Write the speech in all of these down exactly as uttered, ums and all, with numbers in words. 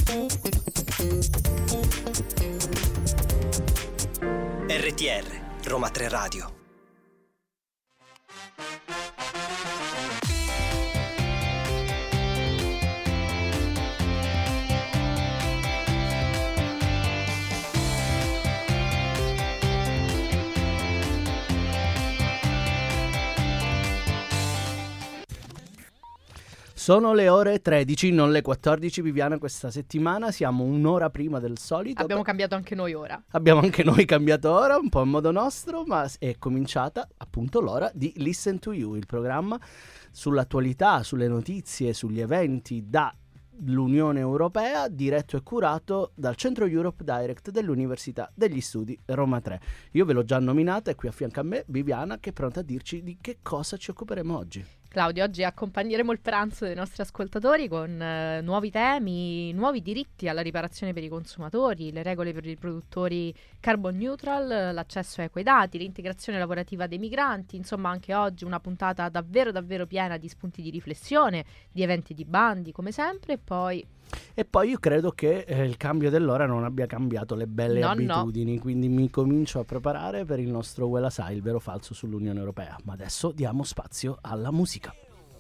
R T R Roma tre Radio. Sono le ore tredici, non le quattordici, Viviana. Questa settimana siamo un'ora prima del solito. Abbiamo cambiato anche noi ora. Abbiamo anche noi cambiato ora, un po' a modo nostro, ma è cominciata appunto l'ora di Listen to You, il programma sull'attualità, sulle notizie, sugli eventi dall'Unione Europea, diretto e curato dal Centro Europe Direct dell'Università degli Studi Roma tre. Io ve l'ho già nominata, è qui a fianco a me Viviana, che è pronta a dirci di che cosa ci occuperemo oggi. Claudio, oggi accompagneremo il pranzo dei nostri ascoltatori con eh, nuovi temi, nuovi diritti alla riparazione per i consumatori, le regole per i produttori carbon neutral, l'accesso ai quei dati, l'integrazione lavorativa dei migranti. Insomma, anche oggi una puntata davvero davvero piena di spunti di riflessione, di eventi di bandi come sempre, e poi... E poi io credo che eh, il cambio dell'ora non abbia cambiato le belle no, abitudini, no. Quindi mi comincio a preparare per il nostro Well Sai, il vero o falso sull'Unione Europea. Ma adesso diamo spazio alla musica.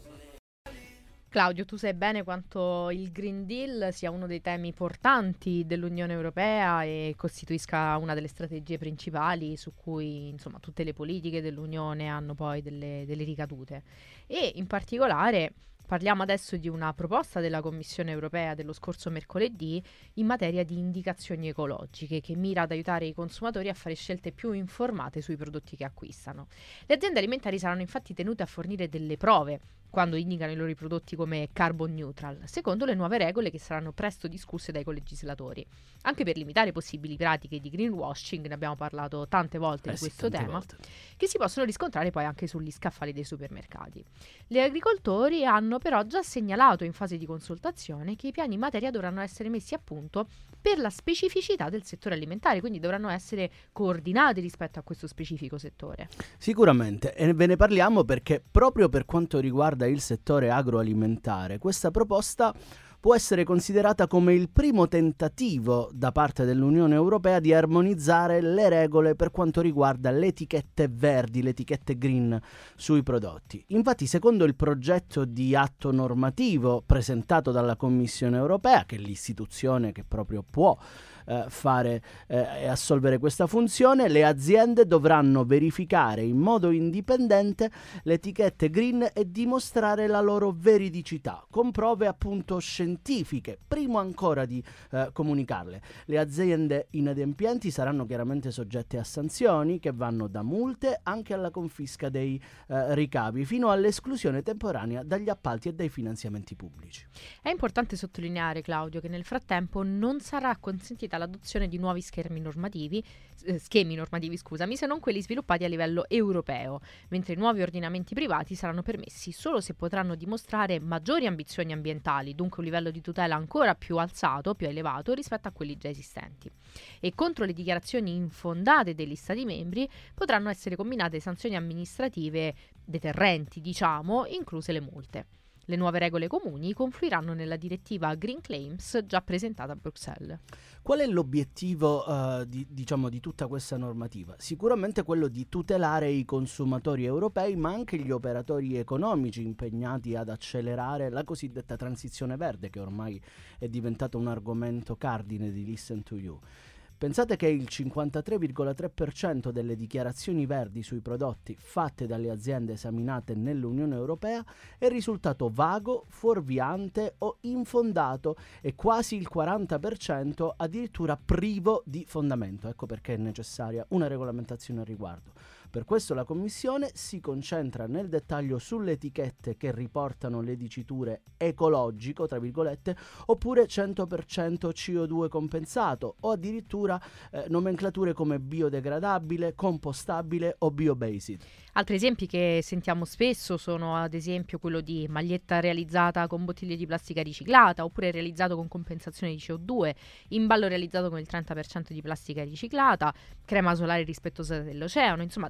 Claudio, tu sai bene quanto il Green Deal sia uno dei temi portanti dell'Unione Europea e costituisca una delle strategie principali su cui, insomma, tutte le politiche dell'Unione hanno poi delle, delle ricadute. E in particolare parliamo adesso di una proposta della Commissione Europea dello scorso mercoledì in materia di indicazioni ecologiche, che mira ad aiutare i consumatori a fare scelte più informate sui prodotti che acquistano. Le aziende alimentari saranno infatti tenute a fornire delle prove quando indicano i loro prodotti come carbon neutral, secondo le nuove regole che saranno presto discusse dai colegislatori. Anche per limitare possibili pratiche di greenwashing, ne abbiamo parlato tante volte eh di sì, questo tema, volte. che si possono riscontrare poi anche sugli scaffali dei supermercati. Gli agricoltori hanno però già segnalato in fase di consultazione che i piani in materia dovranno essere messi a punto per la specificità del settore alimentare, quindi dovranno essere coordinati rispetto a questo specifico settore. Sicuramente, e ve ne parliamo perché proprio per quanto riguarda il settore agroalimentare, questa proposta può essere considerata come il primo tentativo da parte dell'Unione Europea di armonizzare le regole per quanto riguarda le etichette verdi, le etichette green sui prodotti. Infatti, secondo il progetto di atto normativo presentato dalla Commissione Europea, che è l'istituzione che proprio può eh, fare eh, e assolvere questa funzione, le aziende dovranno verificare in modo indipendente le etichette green e dimostrare la loro veridicità, con prove appunto scientifiche, prima ancora di eh, comunicarle. Le aziende inadempienti saranno chiaramente soggette a sanzioni che vanno da multe anche alla confisca dei eh, ricavi, fino all'esclusione temporanea dagli appalti e dai finanziamenti pubblici. È importante sottolineare, Claudio, che nel frattempo non sarà consentita l'adozione di nuovi schemi normativi, eh, schemi normativi, scusami, se non quelli sviluppati a livello europeo, mentre i nuovi ordinamenti privati saranno permessi solo se potranno dimostrare maggiori ambizioni ambientali, dunque un livello di tutela ancora più alzato, più elevato rispetto a quelli già esistenti. E contro le dichiarazioni infondate degli Stati membri potranno essere combinate sanzioni amministrative deterrenti, diciamo, incluse le multe. Le nuove regole comuni confluiranno nella direttiva Green Claims già presentata a Bruxelles. Qual è l'obiettivo uh, di, diciamo, di tutta questa normativa? Sicuramente quello di tutelare i consumatori europei, ma anche gli operatori economici impegnati ad accelerare la cosiddetta transizione verde, che ormai è diventato un argomento cardine di Listen to You. Pensate che il cinquantatré virgola tre per cento delle dichiarazioni verdi sui prodotti fatte dalle aziende esaminate nell'Unione Europea è risultato vago, fuorviante o infondato, e quasi il quaranta per cento addirittura privo di fondamento. Ecco perché è necessaria una regolamentazione al riguardo. Per questo la Commissione si concentra nel dettaglio sulle etichette che riportano le diciture ecologico, tra virgolette, oppure cento per cento C O due compensato, o addirittura eh, nomenclature come biodegradabile, compostabile o biobased. Altri esempi che sentiamo spesso sono ad esempio quello di maglietta realizzata con bottiglie di plastica riciclata, oppure realizzato con compensazione di C O due, imballo realizzato con il trenta per cento di plastica riciclata, crema solare rispettosa dell'oceano. Insomma,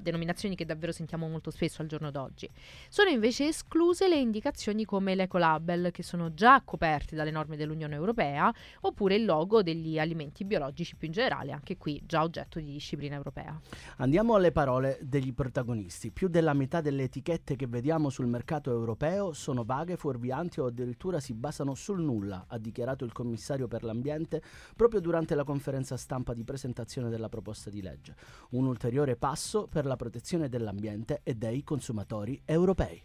denominazioni che davvero sentiamo molto spesso al giorno d'oggi. Sono invece escluse le indicazioni come l'ecolabel, che sono già coperte dalle norme dell'Unione Europea, oppure il logo degli alimenti biologici più in generale, anche qui già oggetto di disciplina europea. Andiamo alle parole degli protagonisti. Più della metà delle etichette che vediamo sul mercato europeo sono vaghe, fuorvianti o addirittura si basano sul nulla, ha dichiarato il commissario per l'ambiente proprio durante la conferenza stampa di presentazione della proposta di legge. Un ulteriore passo per la protezione dell'ambiente e dei consumatori europei.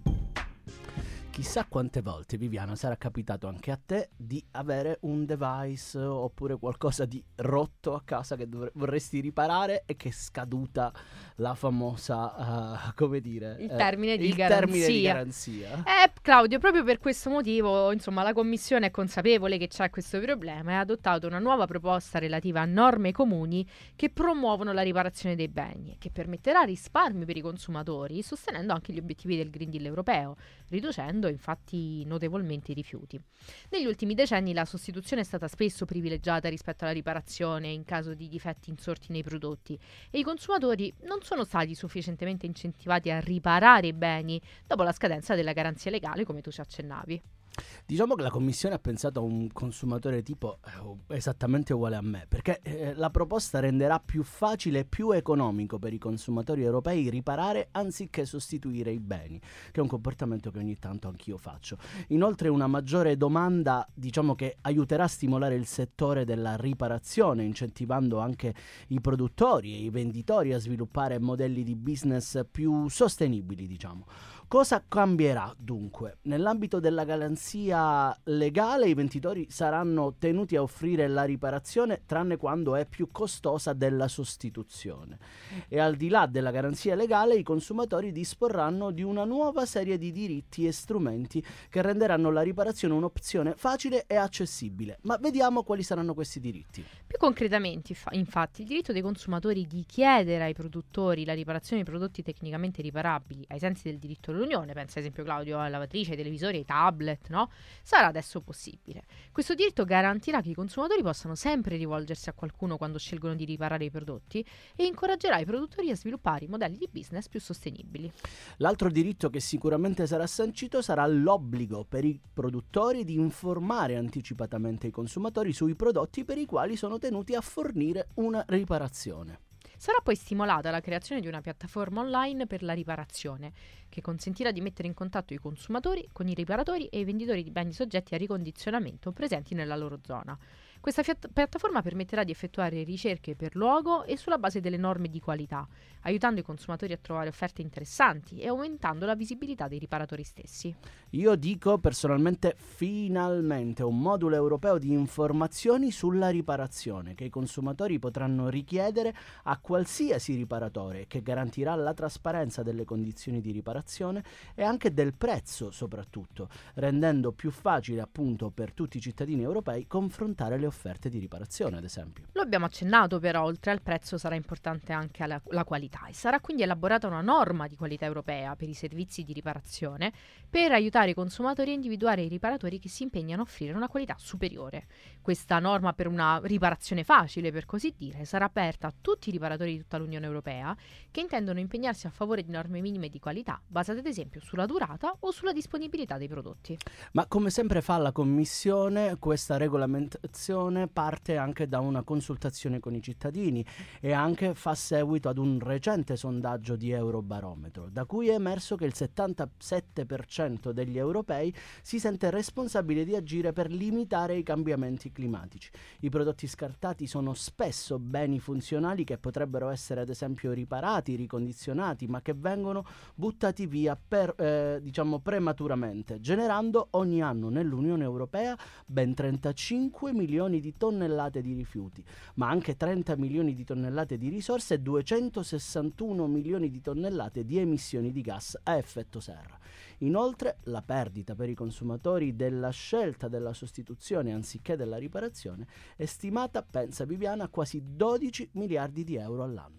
Chissà quante volte, Viviana, sarà capitato anche a te di avere un device oppure qualcosa di rotto a casa che dovre- vorresti riparare e che è scaduta la famosa, uh, come dire... Il termine, eh, di, il garanzia. termine di garanzia. Eh, Claudio, proprio per questo motivo, insomma, la Commissione è consapevole che c'è questo problema e ha adottato una nuova proposta relativa a norme comuni che promuovono la riparazione dei beni e che permetterà risparmi per i consumatori, sostenendo anche gli obiettivi del Green Deal europeo, riducendo infatti notevolmente i rifiuti. Negli ultimi decenni la sostituzione è stata spesso privilegiata rispetto alla riparazione in caso di difetti insorti nei prodotti e i consumatori non sono stati sufficientemente incentivati a riparare i beni dopo la scadenza della garanzia legale, come tu ci accennavi. Diciamo che la Commissione ha pensato a un consumatore tipo eh, esattamente uguale a me, perché eh, la proposta renderà più facile e più economico per i consumatori europei riparare anziché sostituire i beni, che è un comportamento che ogni tanto anch'io faccio. Inoltre una maggiore domanda, diciamo che aiuterà a stimolare il settore della riparazione, incentivando anche i produttori e i venditori a sviluppare modelli di business più sostenibili, diciamo. Cosa cambierà dunque? Nell'ambito della garanzia legale i venditori saranno tenuti a offrire la riparazione tranne quando è più costosa della sostituzione e al di là della garanzia legale i consumatori disporranno di una nuova serie di diritti e strumenti che renderanno la riparazione un'opzione facile e accessibile. Ma vediamo quali saranno questi diritti. Più concretamente, infatti, il diritto dei consumatori di chiedere ai produttori la riparazione di prodotti tecnicamente riparabili ai sensi del diritto dell'Unione, pensa ad esempio Claudio alla lavatrice, ai televisori, ai tablet, no? Sarà adesso possibile. Questo diritto garantirà che i consumatori possano sempre rivolgersi a qualcuno quando scelgono di riparare i prodotti e incoraggerà i produttori a sviluppare modelli di business più sostenibili. L'altro diritto che sicuramente sarà sancito sarà l'obbligo per i produttori di informare anticipatamente i consumatori sui prodotti per i quali sono tenuti a fornire una riparazione. Sarà poi stimolata la creazione di una piattaforma online per la riparazione, che consentirà di mettere in contatto i consumatori con i riparatori e i venditori di beni soggetti a ricondizionamento presenti nella loro zona. Questa fiat- piattaforma permetterà di effettuare ricerche per luogo e sulla base delle norme di qualità, aiutando i consumatori a trovare offerte interessanti e aumentando la visibilità dei riparatori stessi. Io dico personalmente finalmente un modulo europeo di informazioni sulla riparazione che i consumatori potranno richiedere a qualsiasi riparatore, che garantirà la trasparenza delle condizioni di riparazione e anche del prezzo soprattutto, rendendo più facile appunto per tutti i cittadini europei confrontare le offerte di riparazione, ad esempio. Lo abbiamo accennato, però oltre al prezzo sarà importante anche la, la qualità e sarà quindi elaborata una norma di qualità europea per i servizi di riparazione per aiutare i consumatori a individuare i riparatori che si impegnano a offrire una qualità superiore. Questa norma per una riparazione facile, per così dire, sarà aperta a tutti i riparatori di tutta l'Unione Europea che intendono impegnarsi a favore di norme minime di qualità basate ad esempio sulla durata o sulla disponibilità dei prodotti. Ma come sempre fa la Commissione, questa regolamentazione parte anche da una consultazione con i cittadini e anche fa seguito ad un recente sondaggio di Eurobarometro, da cui è emerso che il settantasette per cento degli europei si sente responsabile di agire per limitare i cambiamenti climatici. I prodotti scartati sono spesso beni funzionali che potrebbero essere ad esempio riparati, ricondizionati, ma che vengono buttati via per, eh, diciamo prematuramente, generando ogni anno nell'Unione Europea ben trentacinque milioni di tonnellate di rifiuti, ma anche trenta milioni di tonnellate di risorse e duecentosessantuno milioni di tonnellate di emissioni di gas a effetto serra. Inoltre, la perdita per i consumatori della scelta della sostituzione anziché della riparazione è stimata, pensa Viviana, a quasi dodici miliardi di euro all'anno.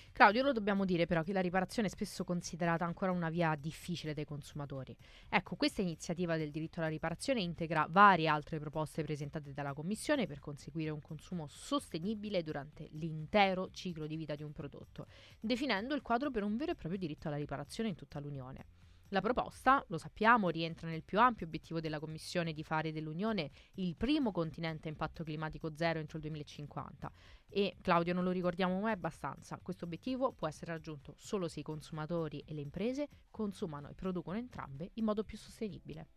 Claudio, lo dobbiamo dire però che la riparazione è spesso considerata ancora una via difficile dai consumatori. Ecco, questa iniziativa del diritto alla riparazione integra varie altre proposte presentate dalla Commissione per conseguire un consumo sostenibile durante l'intero ciclo di vita di un prodotto, definendo il quadro per un vero e proprio diritto alla riparazione in tutta l'Unione. La proposta, lo sappiamo, rientra nel più ampio obiettivo della Commissione di fare dell'Unione il primo continente a impatto climatico zero entro il duemilacinquanta. E, Claudio, non lo ricordiamo mai abbastanza, questo obiettivo può essere raggiunto solo se i consumatori e le imprese consumano e producono entrambe in modo più sostenibile.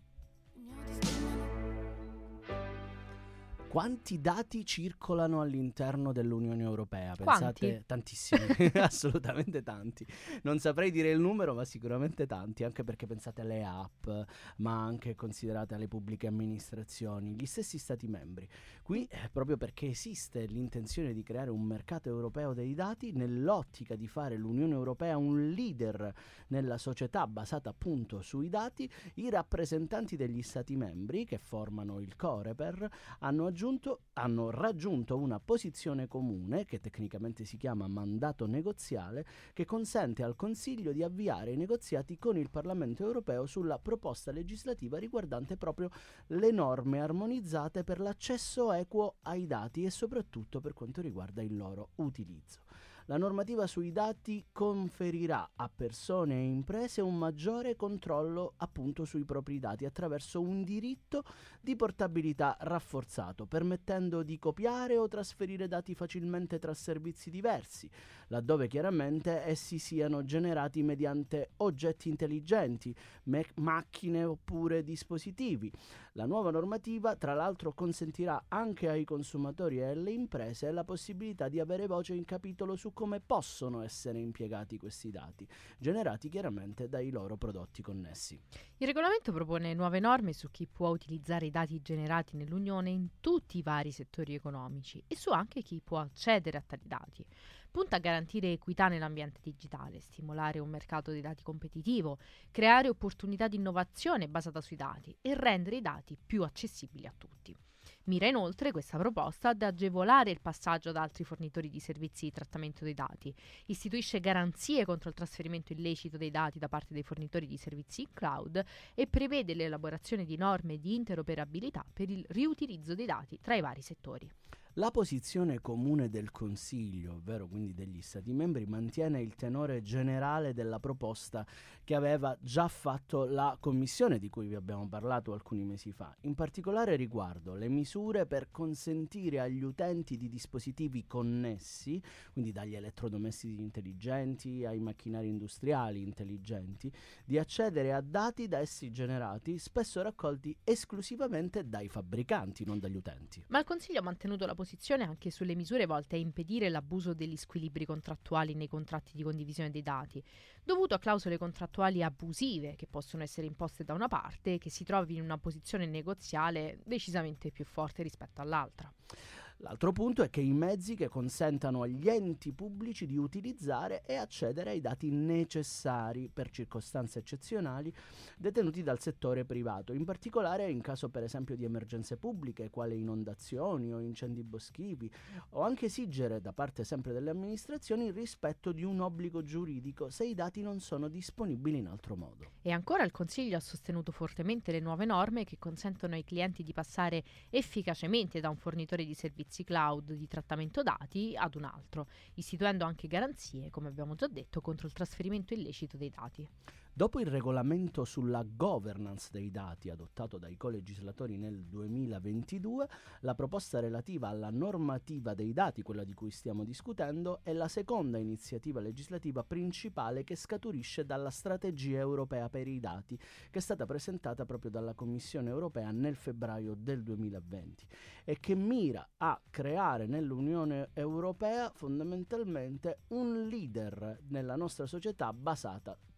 Quanti dati circolano all'interno dell'Unione Europea? Quanti? Pensate, tantissimi, assolutamente tanti. Non saprei dire il numero, ma sicuramente tanti, anche perché pensate alle app, ma anche considerate alle pubbliche amministrazioni, gli stessi stati membri. Qui, eh, proprio perché esiste l'intenzione di creare un mercato europeo dei dati, nell'ottica di fare l'Unione Europea un leader nella società basata appunto sui dati, i rappresentanti degli stati membri, che formano il Coreper, hanno aggiunto hanno raggiunto una posizione comune, che tecnicamente si chiama mandato negoziale, che consente al Consiglio di avviare i negoziati con il Parlamento europeo sulla proposta legislativa riguardante proprio le norme armonizzate per l'accesso equo ai dati e soprattutto per quanto riguarda il loro utilizzo. La normativa sui dati conferirà a persone e imprese un maggiore controllo appunto sui propri dati attraverso un diritto di portabilità rafforzato, permettendo di copiare o trasferire dati facilmente tra servizi diversi, laddove chiaramente essi siano generati mediante oggetti intelligenti, me- macchine oppure dispositivi. La nuova normativa, tra l'altro, consentirà anche ai consumatori e alle imprese la possibilità di avere voce in capitolo su come possono essere impiegati questi dati, generati chiaramente dai loro prodotti connessi. Il regolamento propone nuove norme su chi può utilizzare i dati generati nell'Unione in tutti i vari settori economici e su anche chi può accedere a tali dati. Punta a garantire equità nell'ambiente digitale, stimolare un mercato dei dati competitivo, creare opportunità di innovazione basata sui dati e rendere i dati più accessibili a tutti. Mira inoltre questa proposta ad agevolare il passaggio ad altri fornitori di servizi di trattamento dei dati, istituisce garanzie contro il trasferimento illecito dei dati da parte dei fornitori di servizi in cloud e prevede l'elaborazione di norme di interoperabilità per il riutilizzo dei dati tra i vari settori. La posizione comune del Consiglio, ovvero quindi degli Stati membri, mantiene il tenore generale della proposta che aveva già fatto la Commissione, di cui vi abbiamo parlato alcuni mesi fa, in particolare riguardo le misure per consentire agli utenti di dispositivi connessi, quindi dagli elettrodomestici intelligenti ai macchinari industriali intelligenti, di accedere a dati da essi generati, spesso raccolti esclusivamente dai fabbricanti, non dagli utenti. Ma il Consiglio ha mantenuto la posizione anche sulle misure volte a impedire l'abuso degli squilibri contrattuali nei contratti di condivisione dei dati, dovuto a clausole contrattuali abusive che possono essere imposte da una parte che si trovi in una posizione negoziale decisamente più forte rispetto all'altra. L'altro punto è che i mezzi che consentano agli enti pubblici di utilizzare e accedere ai dati necessari per circostanze eccezionali detenuti dal settore privato, in particolare in caso per esempio di emergenze pubbliche quali inondazioni o incendi boschivi, o anche esigere da parte sempre delle amministrazioni il rispetto di un obbligo giuridico se i dati non sono disponibili in altro modo. E ancora il Consiglio ha sostenuto fortemente le nuove norme che consentono ai clienti di passare efficacemente da un fornitore di servizi cloud di trattamento dati ad un altro, istituendo anche garanzie, come abbiamo già detto, contro il trasferimento illecito dei dati. Dopo il regolamento sulla governance dei dati adottato dai colegislatori nel duemilaventidue, la proposta relativa alla normativa dei dati, quella di cui stiamo discutendo, è la seconda iniziativa legislativa principale che scaturisce dalla strategia europea per i dati, che è stata presentata proprio dalla Commissione europea nel febbraio del duemilaventi e che mira a creare nell'Unione Europea fondamentalmente un leader nella nostra società basata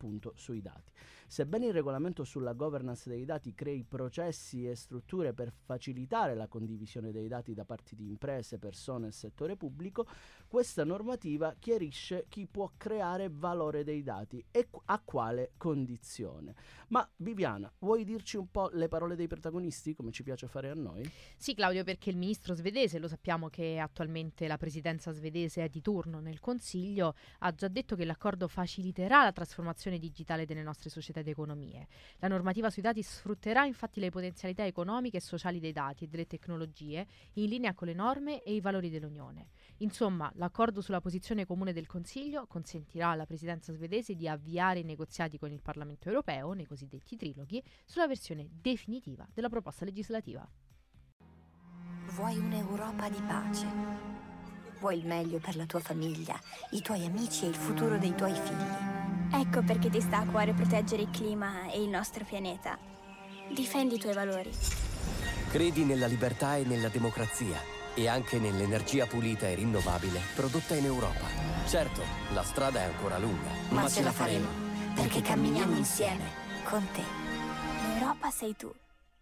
appunto sui dati. Sebbene il regolamento sulla governance dei dati crei processi e strutture per facilitare la condivisione dei dati da parte di imprese, persone e settore pubblico, questa normativa chiarisce chi può creare valore dei dati e a quale condizione. Ma Viviana, vuoi dirci un po' le parole dei protagonisti, come ci piace fare a noi? Sì, Claudio, perché il ministro svedese, lo sappiamo che attualmente la presidenza svedese è di turno nel Consiglio, ha già detto che l'accordo faciliterà la trasformazione digitale delle nostre società ed economie. La normativa sui dati sfrutterà infatti le potenzialità economiche e sociali dei dati e delle tecnologie in linea con le norme e i valori dell'Unione. Insomma, l'accordo sulla posizione comune del Consiglio consentirà alla presidenza svedese di avviare i negoziati con il Parlamento europeo, nei cosiddetti triloghi, sulla versione definitiva della proposta legislativa. Vuoi un'Europa di pace? Vuoi il meglio per la tua famiglia, i tuoi amici e il futuro dei tuoi figli? Ecco perché ti sta a cuore proteggere il clima e il nostro pianeta. Difendi i tuoi valori. Credi nella libertà e nella democrazia e anche nell'energia pulita e rinnovabile prodotta in Europa. Certo, la strada è ancora lunga, ma, ma ce la faremo, perché camminiamo insieme, con te. L'Europa sei tu.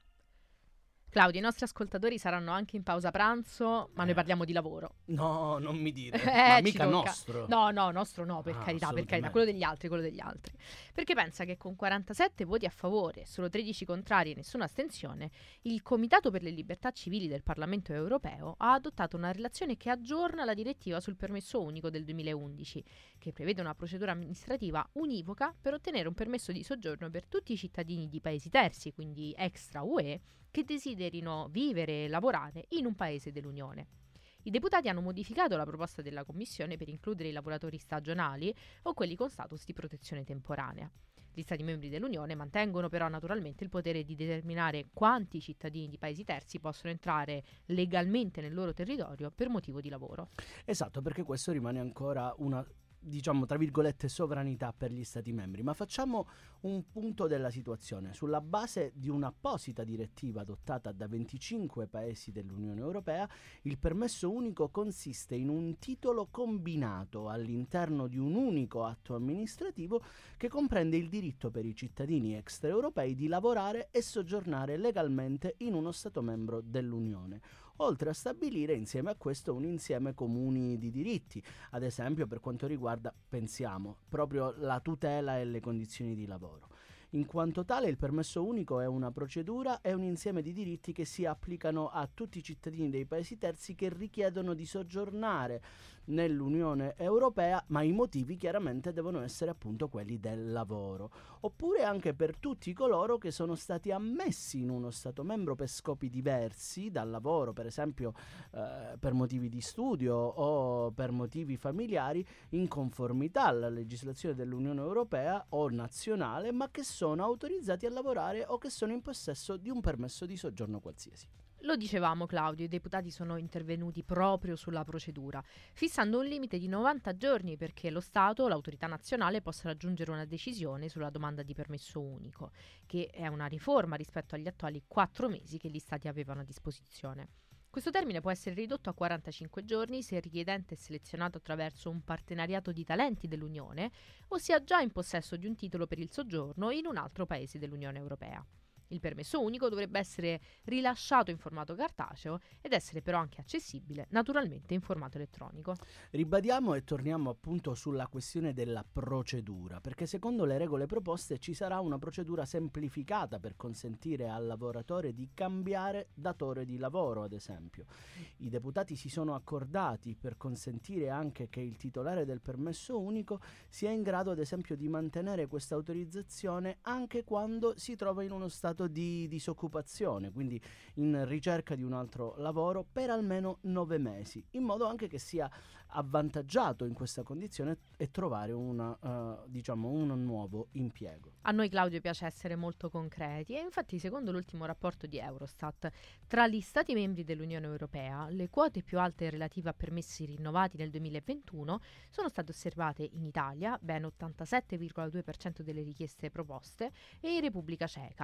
Claudio, i nostri ascoltatori saranno anche in pausa pranzo, ma Eh. noi parliamo di lavoro. No, non mi dire, Eh, ma ci mica tocca. nostro. No, no, nostro no, per Ah, carità, per carità, assolutamente. quello degli altri, quello degli altri. Perché pensa che con quarantasette voti a favore, solo tredici contrari e nessuna astensione, il Comitato per le Libertà Civili del Parlamento Europeo ha adottato una relazione che aggiorna la direttiva sul permesso unico del duemilaundici, che prevede una procedura amministrativa univoca per ottenere un permesso di soggiorno per tutti i cittadini di paesi terzi, quindi extra U E, che desiderino vivere e lavorare in un paese dell'Unione. I deputati hanno modificato la proposta della Commissione per includere i lavoratori stagionali o quelli con status di protezione temporanea. Gli Stati membri dell'Unione mantengono però naturalmente il potere di determinare quanti cittadini di paesi terzi possono entrare legalmente nel loro territorio per motivo di lavoro. Esatto, perché questo rimane ancora una, diciamo, tra virgolette, sovranità per gli Stati membri. Ma facciamo un punto della situazione. Sulla base di un'apposita direttiva adottata da venticinque paesi dell'Unione Europea, il permesso unico consiste in un titolo combinato all'interno di un unico atto amministrativo che comprende il diritto per i cittadini extraeuropei di lavorare e soggiornare legalmente in uno Stato membro dell'Unione, oltre a stabilire insieme a questo un insieme comuni di diritti, ad esempio per quanto riguarda, pensiamo, proprio la tutela e le condizioni di lavoro. In quanto tale, il permesso unico è una procedura e un insieme di diritti che si applicano a tutti i cittadini dei paesi terzi che richiedono di soggiornare nell'Unione Europea, ma i motivi chiaramente devono essere appunto quelli del lavoro, oppure anche per tutti coloro che sono stati ammessi in uno Stato membro per scopi diversi dal lavoro, per esempio eh, per motivi di studio o per motivi familiari, in conformità alla legislazione dell'Unione Europea o nazionale, ma che sono autorizzati a lavorare o che sono in possesso di un permesso di soggiorno qualsiasi. Lo dicevamo, Claudio, i deputati sono intervenuti proprio sulla procedura, fissando un limite di novanta giorni perché lo Stato, l'autorità nazionale, possa raggiungere una decisione sulla domanda di permesso unico, che è una riforma rispetto agli attuali quattro mesi che gli Stati avevano a disposizione. Questo termine può essere ridotto a quarantacinque giorni se il richiedente è selezionato attraverso un partenariato di talenti dell'Unione o sia già in possesso di un titolo per il soggiorno in un altro paese dell'Unione Europea. Il permesso unico dovrebbe essere rilasciato in formato cartaceo ed essere però anche accessibile naturalmente in formato elettronico. Ribadiamo e torniamo appunto sulla questione della procedura, perché secondo le regole proposte ci sarà una procedura semplificata per consentire al lavoratore di cambiare datore di lavoro, ad esempio. I deputati si sono accordati per consentire anche che il titolare del permesso unico sia in grado, ad esempio, di mantenere questa autorizzazione anche quando si trova in uno stato di disoccupazione, quindi in ricerca di un altro lavoro per almeno nove mesi, in modo anche che sia avvantaggiato in questa condizione e trovare una, uh, diciamo un nuovo impiego. A noi, Claudio, piace essere molto concreti e infatti secondo l'ultimo rapporto di Eurostat, tra gli Stati membri dell'Unione Europea le quote più alte relative a permessi rinnovati nel duemilaventuno sono state osservate in Italia, ben ottantasette virgola due per cento delle richieste proposte, e in Repubblica Ceca, ottanta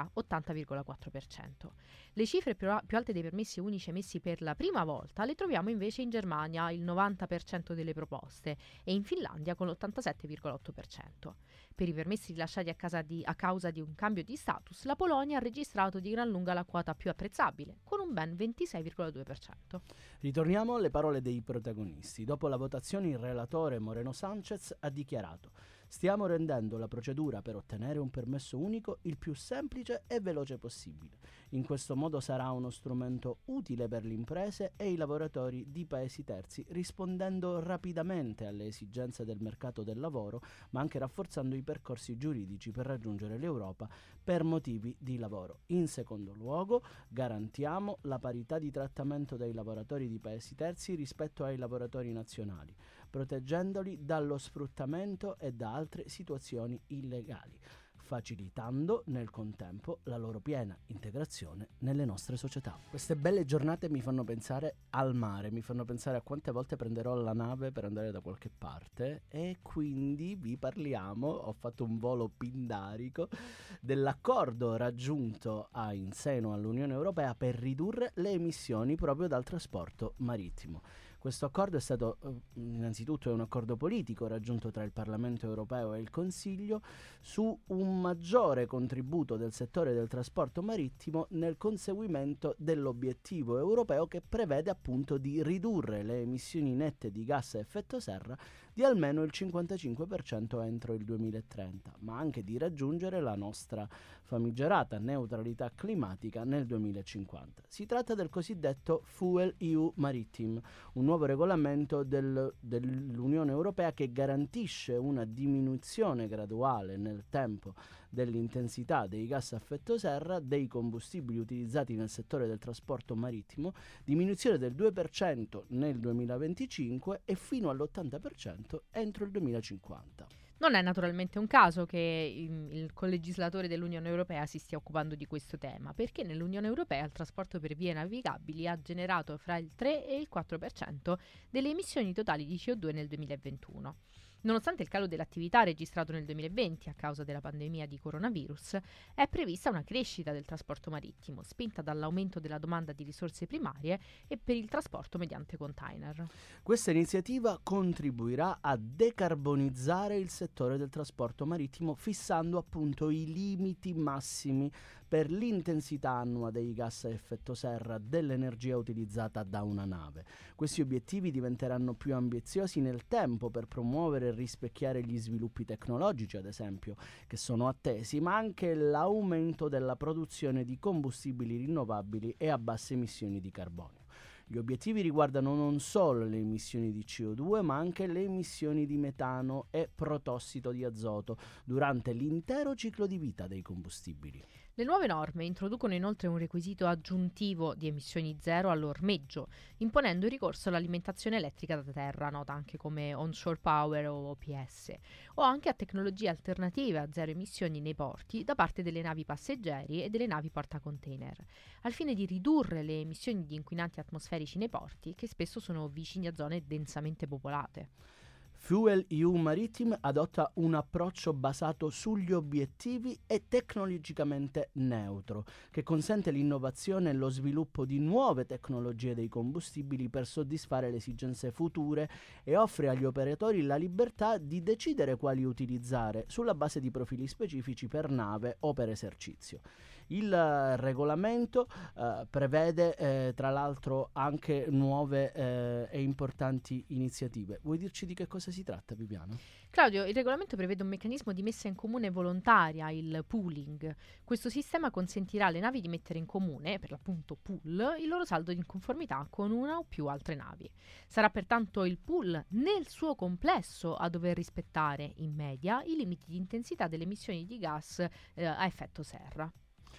novanta virgola quattro per cento. Le cifre più, a- più alte dei permessi unici emessi per la prima volta le troviamo invece in Germania, il novanta per cento delle proposte, e in Finlandia con l'ottantasette virgola otto per cento. Per i permessi rilasciati a, casa di, a causa di un cambio di status, la Polonia ha registrato di gran lunga la quota più apprezzabile, con un ben ventisei virgola due per cento. Ritorniamo alle parole dei protagonisti. Dopo la votazione il relatore Moreno Sanchez ha dichiarato: stiamo rendendo la procedura per ottenere un permesso unico il più semplice e veloce possibile. In questo modo sarà uno strumento utile per le imprese e i lavoratori di paesi terzi, rispondendo rapidamente alle esigenze del mercato del lavoro, ma anche rafforzando i percorsi giuridici per raggiungere l'Europa per motivi di lavoro. In secondo luogo, garantiamo la parità di trattamento dei lavoratori di paesi terzi rispetto ai lavoratori nazionali, proteggendoli dallo sfruttamento e da altre situazioni illegali, facilitando nel contempo la loro piena integrazione nelle nostre società. Queste belle giornate mi fanno pensare al mare, mi fanno pensare a quante volte prenderò la nave per andare da qualche parte, e quindi vi parliamo, ho fatto un volo pindarico, dell'accordo raggiunto a, in seno all'Unione Europea per ridurre le emissioni proprio dal trasporto marittimo. Questo accordo è stato, eh, innanzitutto è un accordo politico raggiunto tra il Parlamento europeo e il Consiglio su un maggiore contributo del settore del trasporto marittimo nel conseguimento dell'obiettivo europeo che prevede appunto di ridurre le emissioni nette di gas a effetto serra di almeno il cinquantacinque per cento entro il duemilatrenta, ma anche di raggiungere la nostra famigerata neutralità climatica nel duemilacinquanta. Si tratta del cosiddetto Fuel E U Maritime, un nuovo regolamento del, dell'Unione Europea che garantisce una diminuzione graduale nel tempo dell'intensità dei gas a effetto serra dei combustibili utilizzati nel settore del trasporto marittimo, diminuzione del due per cento nel duemilaventicinque e fino all'ottanta per cento entro il duemilacinquanta. Non è naturalmente un caso che il, il collegislatore dell'Unione Europea si stia occupando di questo tema, perché nell'Unione Europea il trasporto per vie navigabili ha generato fra il tre e il quattro per cento delle emissioni totali di C O due nel duemilaventuno. Nonostante il calo dell'attività registrato nel duemilaventi a causa della pandemia di coronavirus, è prevista una crescita del trasporto marittimo, spinta dall'aumento della domanda di risorse primarie e per il trasporto mediante container. Questa iniziativa contribuirà a decarbonizzare il settore del trasporto marittimo, fissando appunto i limiti massimi per l'intensità annua dei gas a effetto serra dell'energia utilizzata da una nave. Questi obiettivi diventeranno più ambiziosi nel tempo per promuovere e rispecchiare gli sviluppi tecnologici, ad esempio, che sono attesi, ma anche l'aumento della produzione di combustibili rinnovabili e a basse emissioni di carbonio. Gli obiettivi riguardano non solo le emissioni di C O due, ma anche le emissioni di metano e protossido di azoto durante l'intero ciclo di vita dei combustibili. Le nuove norme introducono inoltre un requisito aggiuntivo di emissioni zero all'ormeggio, imponendo il ricorso all'alimentazione elettrica da terra, nota anche come onshore power o O P S, o anche a tecnologie alternative a zero emissioni nei porti da parte delle navi passeggeri e delle navi portacontainer, al fine di ridurre le emissioni di inquinanti atmosferici nei porti, che spesso sono vicini a zone densamente popolate. Fuel E U Maritime adotta un approccio basato sugli obiettivi e tecnologicamente neutro, che consente l'innovazione e lo sviluppo di nuove tecnologie dei combustibili per soddisfare le esigenze future e offre agli operatori la libertà di decidere quali utilizzare sulla base di profili specifici per nave o per esercizio. Il uh, regolamento uh, prevede eh, tra l'altro anche nuove eh, e importanti iniziative. Vuoi dirci di che cosa si tratta, Viviana? Claudio, il regolamento prevede un meccanismo di messa in comune volontaria, il pooling. Questo sistema consentirà alle navi di mettere in comune, per l'appunto pool, il loro saldo di conformità con una o più altre navi. Sarà pertanto il pool nel suo complesso a dover rispettare, in media, i limiti di intensità delle emissioni di gas eh, a effetto serra.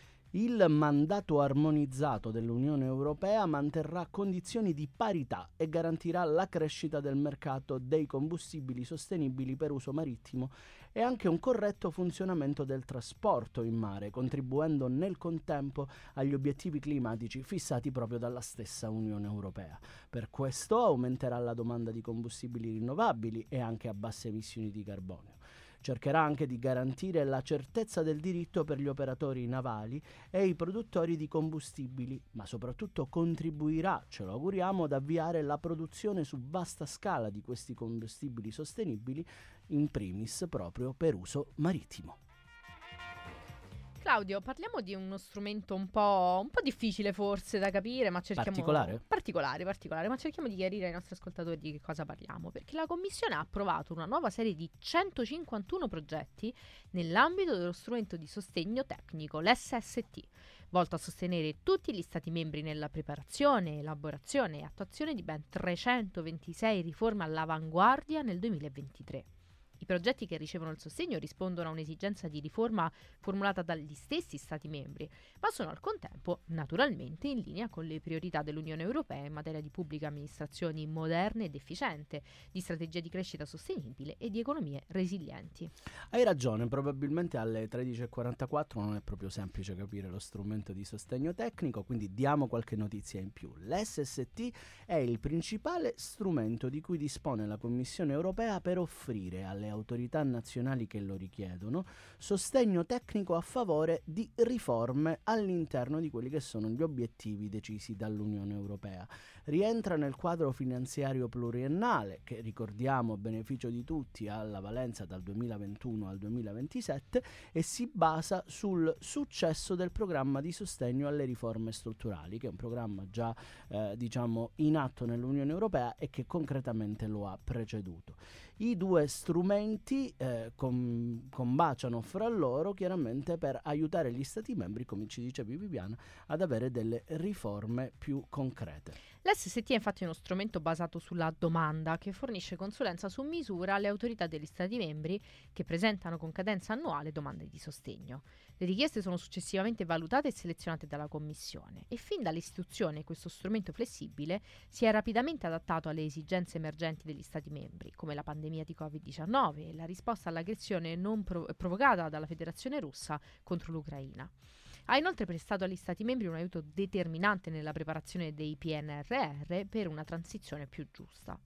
Il mandato armonizzato dell'Unione Europea manterrà condizioni di parità e garantirà la crescita del mercato dei combustibili sostenibili per uso marittimo e anche un corretto funzionamento del trasporto in mare, contribuendo nel contempo agli obiettivi climatici fissati proprio dalla stessa Unione Europea. Per questo aumenterà la domanda di combustibili rinnovabili e anche a basse emissioni di carbonio. Cercherà anche di garantire la certezza del diritto per gli operatori navali e i produttori di combustibili, ma soprattutto contribuirà, ce lo auguriamo, ad avviare la produzione su vasta scala di questi combustibili sostenibili, in primis proprio per uso marittimo. Claudio, parliamo di uno strumento un po', un po' difficile forse da capire, ma cerchiamo... Particolare? Particolare, particolare, ma cerchiamo di chiarire ai nostri ascoltatori di che cosa parliamo, perché la Commissione ha approvato una nuova serie di centocinquantuno progetti nell'ambito dello strumento di sostegno tecnico, l'S S T, volto a sostenere tutti gli Stati membri nella preparazione, elaborazione e attuazione di ben trecentoventisei riforme all'avanguardia nel duemilaventitré. I progetti che ricevono il sostegno rispondono a un'esigenza di riforma formulata dagli stessi Stati membri, ma sono al contempo naturalmente in linea con le priorità dell'Unione Europea in materia di pubbliche amministrazioni moderne ed efficiente, di strategia di crescita sostenibile e di economie resilienti. Hai ragione, probabilmente alle tredici e quarantaquattro non è proprio semplice capire lo strumento di sostegno tecnico, quindi diamo qualche notizia in più. L'S S T è il principale strumento di cui dispone la Commissione Europea per offrire alle autorità nazionali che lo richiedono sostegno tecnico a favore di riforme all'interno di quelli che sono gli obiettivi decisi dall'Unione Europea. Rientra nel quadro finanziario pluriennale che, ricordiamo, a beneficio di tutti ha la valenza dal duemilaventuno al duemilaventisette e si basa sul successo del programma di sostegno alle riforme strutturali, che è un programma già eh, diciamo in atto nell'Unione Europea e che concretamente lo ha preceduto. I due strumenti eh, com- combaciano fra loro chiaramente per aiutare gli Stati membri, come ci dicevi Viviana, ad avere delle riforme più concrete. L'S S T è infatti uno strumento basato sulla domanda che fornisce consulenza su misura alle autorità degli Stati membri che presentano con cadenza annuale domande di sostegno. Le richieste sono successivamente valutate e selezionate dalla Commissione e fin dall'istituzione questo strumento flessibile si è rapidamente adattato alle esigenze emergenti degli Stati membri, come la pandemia di covid diciannove e la risposta all'aggressione non prov- provocata dalla Federazione Russa contro l'Ucraina. Ha inoltre prestato agli Stati membri un aiuto determinante nella preparazione dei P N R R per una transizione più giusta.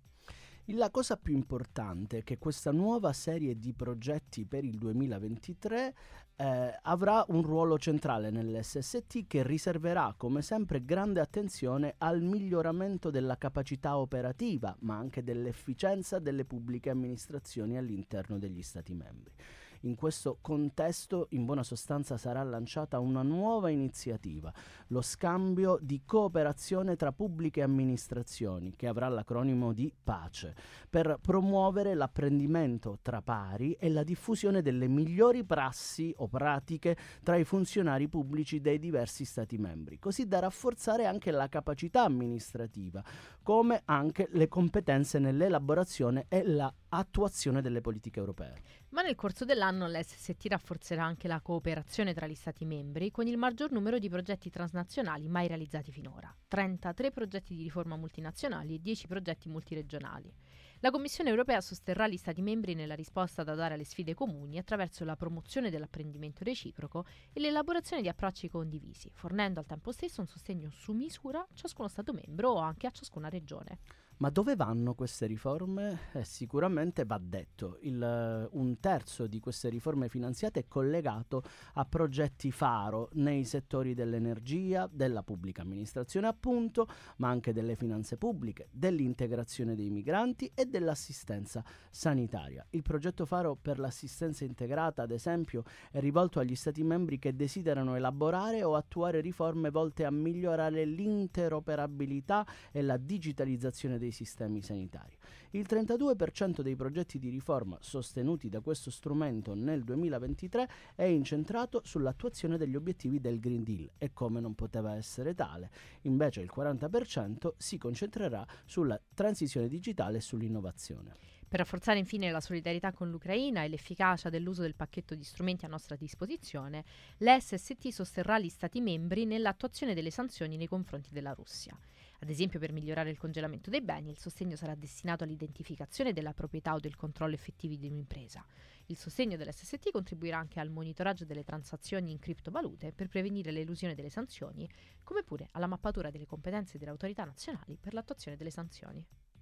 La cosa più importante è che questa nuova serie di progetti per il duemilaventitré eh, avrà un ruolo centrale nell'S S T che riserverà come sempre grande attenzione al miglioramento della capacità operativa, ma anche dell'efficienza delle pubbliche amministrazioni all'interno degli Stati membri. In questo contesto, in buona sostanza, sarà lanciata una nuova iniziativa, lo scambio di cooperazione tra pubbliche amministrazioni, che avrà l'acronimo di PACE, per promuovere l'apprendimento tra pari e la diffusione delle migliori prassi o pratiche tra i funzionari pubblici dei diversi Stati membri, così da rafforzare anche la capacità amministrativa, come anche le competenze nell'elaborazione e la attuazione delle politiche europee. Ma nel corso dell'anno l'S S T rafforzerà anche la cooperazione tra gli Stati membri con il maggior numero di progetti transnazionali mai realizzati finora, trentatré progetti di riforma multinazionali e dieci progetti multiregionali. La Commissione europea sosterrà gli Stati membri nella risposta da dare alle sfide comuni attraverso la promozione dell'apprendimento reciproco e l'elaborazione di approcci condivisi, fornendo al tempo stesso un sostegno su misura a ciascuno Stato membro o anche a ciascuna regione. Ma dove vanno queste riforme? Eh, sicuramente va detto, il, un terzo di queste riforme finanziate è collegato a progetti faro nei settori dell'energia, della pubblica amministrazione appunto, ma anche delle finanze pubbliche, dell'integrazione dei migranti e dell'assistenza sanitaria. Il progetto faro per l'assistenza integrata, ad esempio, è rivolto agli Stati membri che desiderano elaborare o attuare riforme volte a migliorare l'interoperabilità e la digitalizzazione dei sistemi sanitari. Il trentadue per cento dei progetti di riforma sostenuti da questo strumento nel duemilaventitré è incentrato sull'attuazione degli obiettivi del Green Deal e, come non poteva essere tale, invece il quaranta per cento si concentrerà sulla transizione digitale e sull'innovazione. Per rafforzare infine la solidarietà con l'Ucraina e l'efficacia dell'uso del pacchetto di strumenti a nostra disposizione, l'S S T sosterrà gli Stati membri nell'attuazione delle sanzioni nei confronti della Russia. Ad esempio, per migliorare il congelamento dei beni, il sostegno sarà destinato all'identificazione della proprietà o del controllo effettivi di un'impresa. Il sostegno dell'S S T contribuirà anche al monitoraggio delle transazioni in criptovalute per prevenire l'elusione delle sanzioni, come pure alla mappatura delle competenze delle autorità nazionali per l'attuazione delle sanzioni.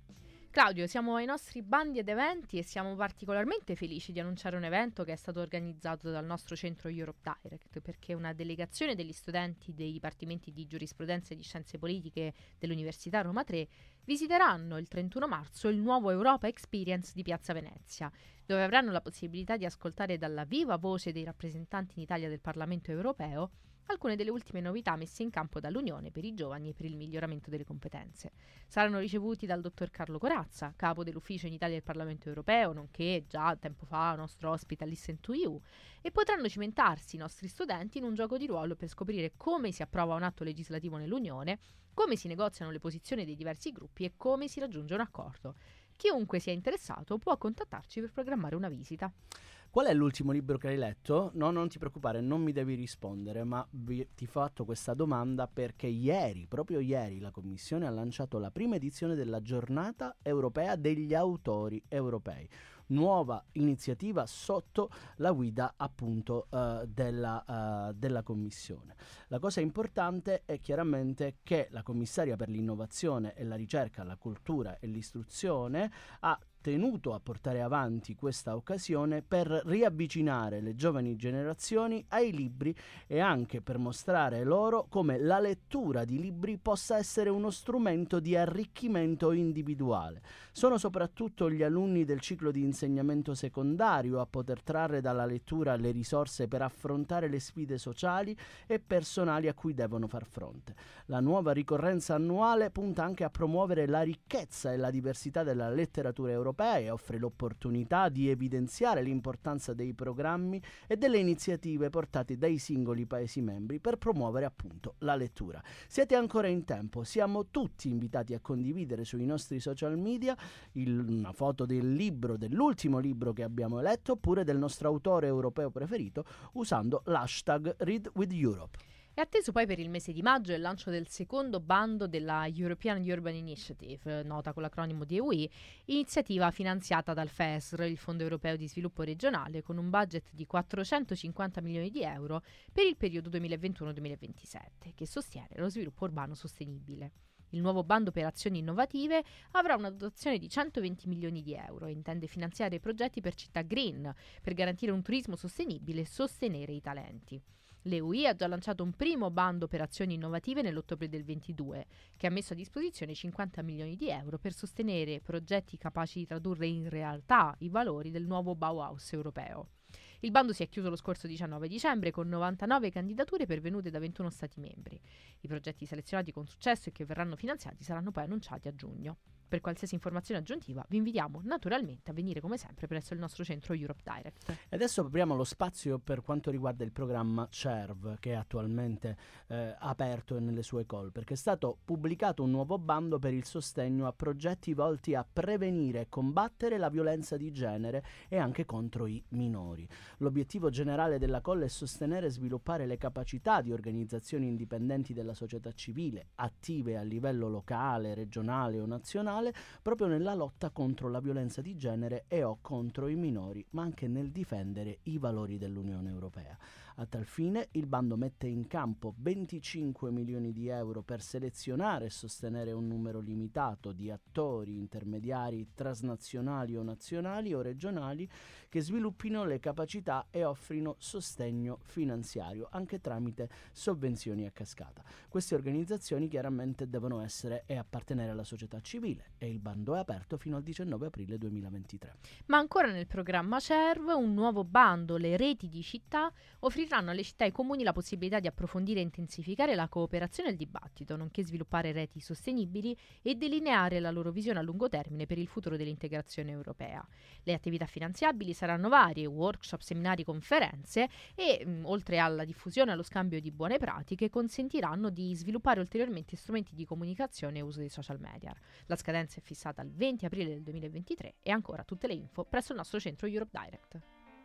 Claudio, siamo ai nostri bandi ed eventi e siamo particolarmente felici di annunciare un evento che è stato organizzato dal nostro centro Europe Direct, perché una delegazione degli studenti dei dipartimenti di giurisprudenza e di scienze politiche dell'Università Roma tre visiteranno il trentuno marzo il nuovo Europa Experience di Piazza Venezia, dove avranno la possibilità di ascoltare dalla viva voce dei rappresentanti in Italia del Parlamento europeo alcune delle ultime novità messe in campo dall'Unione per i giovani e per il miglioramento delle competenze. Saranno ricevuti dal dottor Carlo Corazza, capo dell'ufficio in Italia del Parlamento europeo, nonché già tempo fa nostro ospite all'Listen to You, e potranno cimentarsi i nostri studenti in un gioco di ruolo per scoprire come si approva un atto legislativo nell'Unione, come si negoziano le posizioni dei diversi gruppi e come si raggiunge un accordo. Chiunque sia interessato può contattarci per programmare una visita. Qual è l'ultimo libro che hai letto? No, non ti preoccupare, non mi devi rispondere, ma vi, ti ho fatto questa domanda perché ieri, proprio ieri, la Commissione ha lanciato la prima edizione della Giornata Europea degli Autori Europei. Nuova iniziativa sotto la guida appunto uh, della, uh, della Commissione. La cosa importante è chiaramente che la commissaria per l'innovazione e la ricerca, la cultura e l'istruzione ha tenuto a portare avanti questa occasione per riavvicinare le giovani generazioni ai libri e anche per mostrare loro come la lettura di libri possa essere uno strumento di arricchimento individuale. Sono soprattutto gli alunni del ciclo di insegnamento secondario a poter trarre dalla lettura le risorse per affrontare le sfide sociali e personali a cui devono far fronte. La nuova ricorrenza annuale punta anche a promuovere la ricchezza e la diversità della letteratura europea e offre l'opportunità di evidenziare l'importanza dei programmi e delle iniziative portate dai singoli Paesi membri per promuovere appunto la lettura. Siete ancora in tempo, siamo tutti invitati a condividere sui nostri social media il, una foto del libro, dell'ultimo libro che abbiamo letto, oppure del nostro autore europeo preferito, usando l'hashtag Read with Europe. È atteso poi per il mese di maggio il lancio del secondo bando della European Urban Initiative, nota con l'acronimo di E U I, iniziativa finanziata dal F E S R, il Fondo Europeo di Sviluppo Regionale, con un budget di quattrocentocinquanta milioni di euro per il periodo duemilaventuno duemilaventisette, che sostiene lo sviluppo urbano sostenibile. Il nuovo bando per azioni innovative avrà una dotazione di centoventi milioni di euro e intende finanziare progetti per città green, per garantire un turismo sostenibile e sostenere i talenti. L'E U I ha già lanciato un primo bando per azioni innovative nell'ottobre del ventidue, che ha messo a disposizione cinquanta milioni di euro per sostenere progetti capaci di tradurre in realtà i valori del nuovo Bauhaus europeo. Il bando si è chiuso lo scorso diciannove dicembre con novantanove candidature pervenute da ventuno Stati membri. I progetti selezionati con successo e che verranno finanziati saranno poi annunciati a giugno. Per qualsiasi informazione aggiuntiva vi invitiamo naturalmente a venire come sempre presso il nostro centro Europe Direct. E adesso apriamo lo spazio per quanto riguarda il programma CERV, che è attualmente eh, aperto nelle sue call, perché è stato pubblicato un nuovo bando per il sostegno a progetti volti a prevenire e combattere la violenza di genere e anche contro i minori. L'obiettivo generale della call è sostenere e sviluppare le capacità di organizzazioni indipendenti della società civile, attive a livello locale, regionale o nazionale, proprio nella lotta contro la violenza di genere e o contro i minori, ma anche nel difendere i valori dell'Unione Europea. A tal fine il bando mette in campo venticinque milioni di euro per selezionare e sostenere un numero limitato di attori intermediari transnazionali o nazionali o regionali che sviluppino le capacità e offrino sostegno finanziario anche tramite sovvenzioni a cascata. Queste organizzazioni chiaramente devono essere e appartenere alla società civile e il bando è aperto fino al diciannove aprile duemilaventitré. Ma ancora nel programma CERV un nuovo bando, le reti di città, offriranno alle città e ai comuni la possibilità di approfondire e intensificare la cooperazione e il dibattito, nonché sviluppare reti sostenibili e delineare la loro visione a lungo termine per il futuro dell'integrazione europea. Le attività finanziabili saranno varie, workshop, seminari, conferenze e, mh, oltre alla diffusione e allo scambio di buone pratiche, consentiranno di sviluppare ulteriormente strumenti di comunicazione e uso dei social media. La scadenza è fissata al venti aprile del duemilaventitré e ancora tutte le info presso il nostro centro Europe Direct.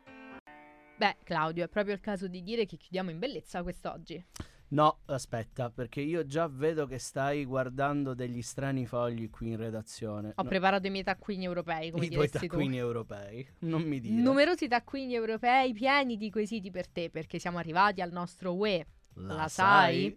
Beh, Claudio, è proprio il caso di dire che chiudiamo in bellezza quest'oggi. No, aspetta, perché io già vedo che stai guardando degli strani fogli qui in redazione. Ho no. preparato i miei taccuini europei, come I tuoi diresti tu. taccuini europei, non mi dire. Numerosi taccuini europei pieni di quesiti per te, perché siamo arrivati al nostro U E. La, La sai? sai?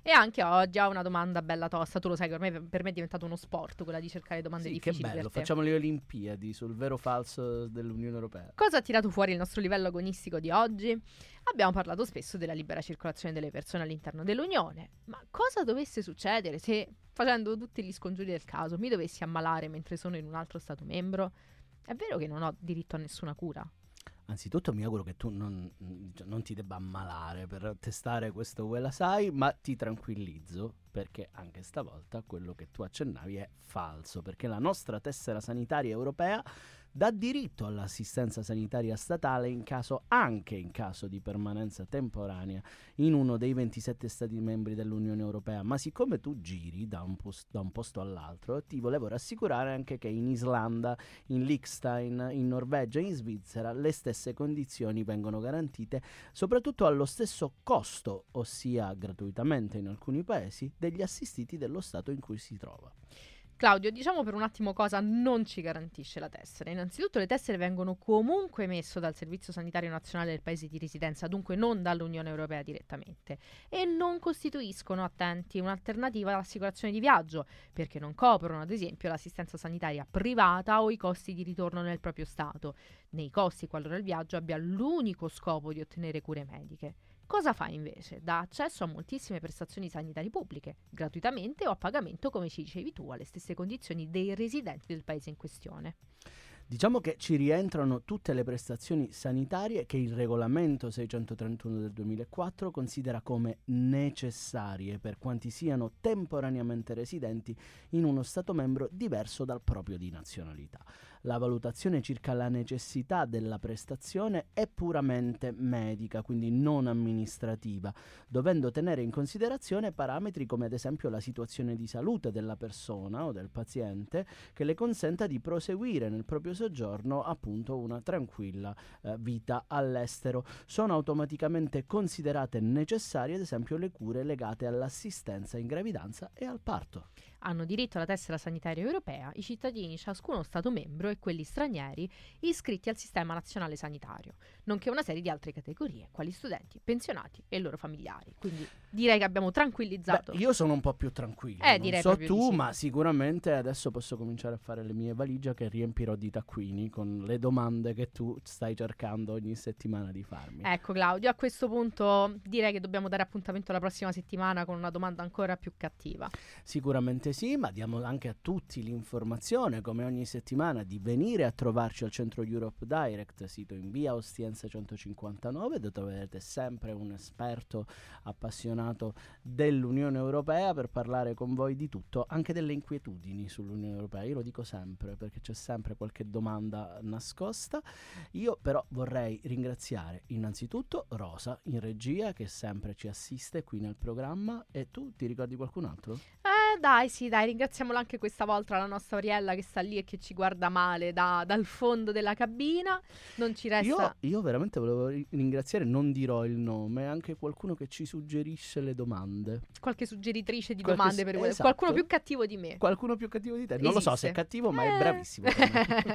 E anche oggi ho una domanda bella tosta. Tu lo sai che ormai per me è diventato uno sport quella di cercare domande Sì, difficili. che bello, per te. facciamo le Olimpiadi sul vero o falso dell'Unione Europea. Cosa ha tirato fuori il nostro livello agonistico di oggi? Abbiamo parlato spesso della libera circolazione delle persone all'interno dell'Unione, ma cosa dovesse succedere se, facendo tutti gli scongiuri del caso, mi dovessi ammalare mentre sono in un altro Stato membro? È vero che non ho diritto a nessuna cura? Anzitutto mi auguro che tu non, non ti debba ammalare per testare questo Well Sai, ma ti tranquillizzo perché anche stavolta quello che tu accennavi è falso, perché la nostra tessera sanitaria europea dà diritto all'assistenza sanitaria statale in caso, anche in caso di permanenza temporanea in uno dei ventisette Stati membri dell'Unione Europea. Ma siccome tu giri da un, post- da un posto all'altro, ti volevo rassicurare anche che in Islanda, in Liechtenstein, in Norvegia e in Svizzera le stesse condizioni vengono garantite, soprattutto allo stesso costo, ossia gratuitamente in alcuni paesi, degli assistiti dello Stato in cui si trova. Claudio, diciamo per un attimo cosa non ci garantisce la tessera. Innanzitutto le tessere vengono comunque emesse dal Servizio Sanitario Nazionale del paese di residenza, dunque non dall'Unione Europea direttamente, e non costituiscono, attenti, un'alternativa all'assicurazione di viaggio, perché non coprono ad esempio l'assistenza sanitaria privata o i costi di ritorno nel proprio Stato, nei costi qualora il viaggio abbia l'unico scopo di ottenere cure mediche. Cosa fa invece? Dà accesso a moltissime prestazioni sanitarie pubbliche, gratuitamente o a pagamento, come ci dicevi tu, alle stesse condizioni dei residenti del paese in questione. Diciamo che ci rientrano tutte le prestazioni sanitarie che il regolamento seicentotrentuno del duemilaquattro considera come necessarie per quanti siano temporaneamente residenti in uno Stato membro diverso dal proprio di nazionalità. La valutazione circa la necessità della prestazione è puramente medica, quindi non amministrativa, dovendo tenere in considerazione parametri come ad esempio la situazione di salute della persona o del paziente che le consenta di proseguire nel proprio soggiorno appunto una tranquilla eh, vita all'estero. Sono automaticamente considerate necessarie ad esempio le cure legate all'assistenza in gravidanza e al parto. Hanno diritto alla tessera sanitaria europea i cittadini di ciascuno Stato membro e quelli stranieri iscritti al sistema nazionale sanitario, nonché una serie di altre categorie, quali studenti, pensionati e i loro familiari. Quindi direi che abbiamo tranquillizzato. Beh, io sono un po' più tranquillo, Eh, non direi so proprio di tu, sì. ma sicuramente adesso posso cominciare a fare le mie valigie che riempirò di taccuini con le domande che tu stai cercando ogni settimana di farmi. Ecco Claudio, a questo punto direi che dobbiamo dare appuntamento la prossima settimana con una domanda ancora più cattiva. Sicuramente sì, ma diamo anche a tutti l'informazione, come ogni settimana, di venire a trovarci al centro Europe Direct, sito in via Ostiense centocinquantanove, dove troverete sempre un esperto appassionato dell'Unione Europea per parlare con voi di tutto, anche delle inquietudini sull'Unione Europea. Io lo dico sempre perché c'è sempre qualche domanda nascosta. Io però vorrei ringraziare innanzitutto Rosa in regia, che sempre ci assiste qui nel programma. E tu ti ricordi qualcun altro? Eh dai, sì, dai, ringraziamola anche questa volta, la nostra Oriella che sta lì e che ci guarda male da, dal fondo della cabina. Non ci resta... Io, io veramente volevo ri- ringraziare, non dirò il nome, anche qualcuno che ci suggerisce le domande. qualche suggeritrice di Qualche domande s- per voi. esatto. Qualcuno più cattivo di me. Qualcuno più cattivo di te? Non lo so se è Esiste. cattivo, ma è Eh. bravissimo. per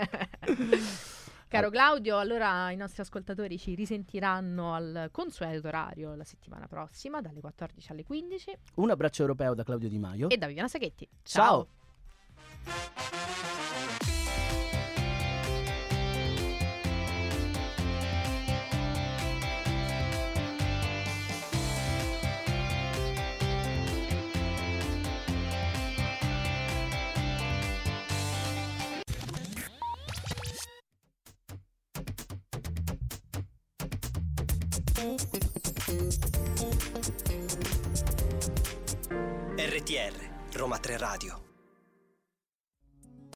me. Caro Claudio, allora i nostri ascoltatori ci risentiranno al consueto orario la settimana prossima, dalle quattordici alle quindici. Un abbraccio europeo da Claudio Di Maio. E da Viviana Saghetti. Ciao. R T R, Roma tre Radio.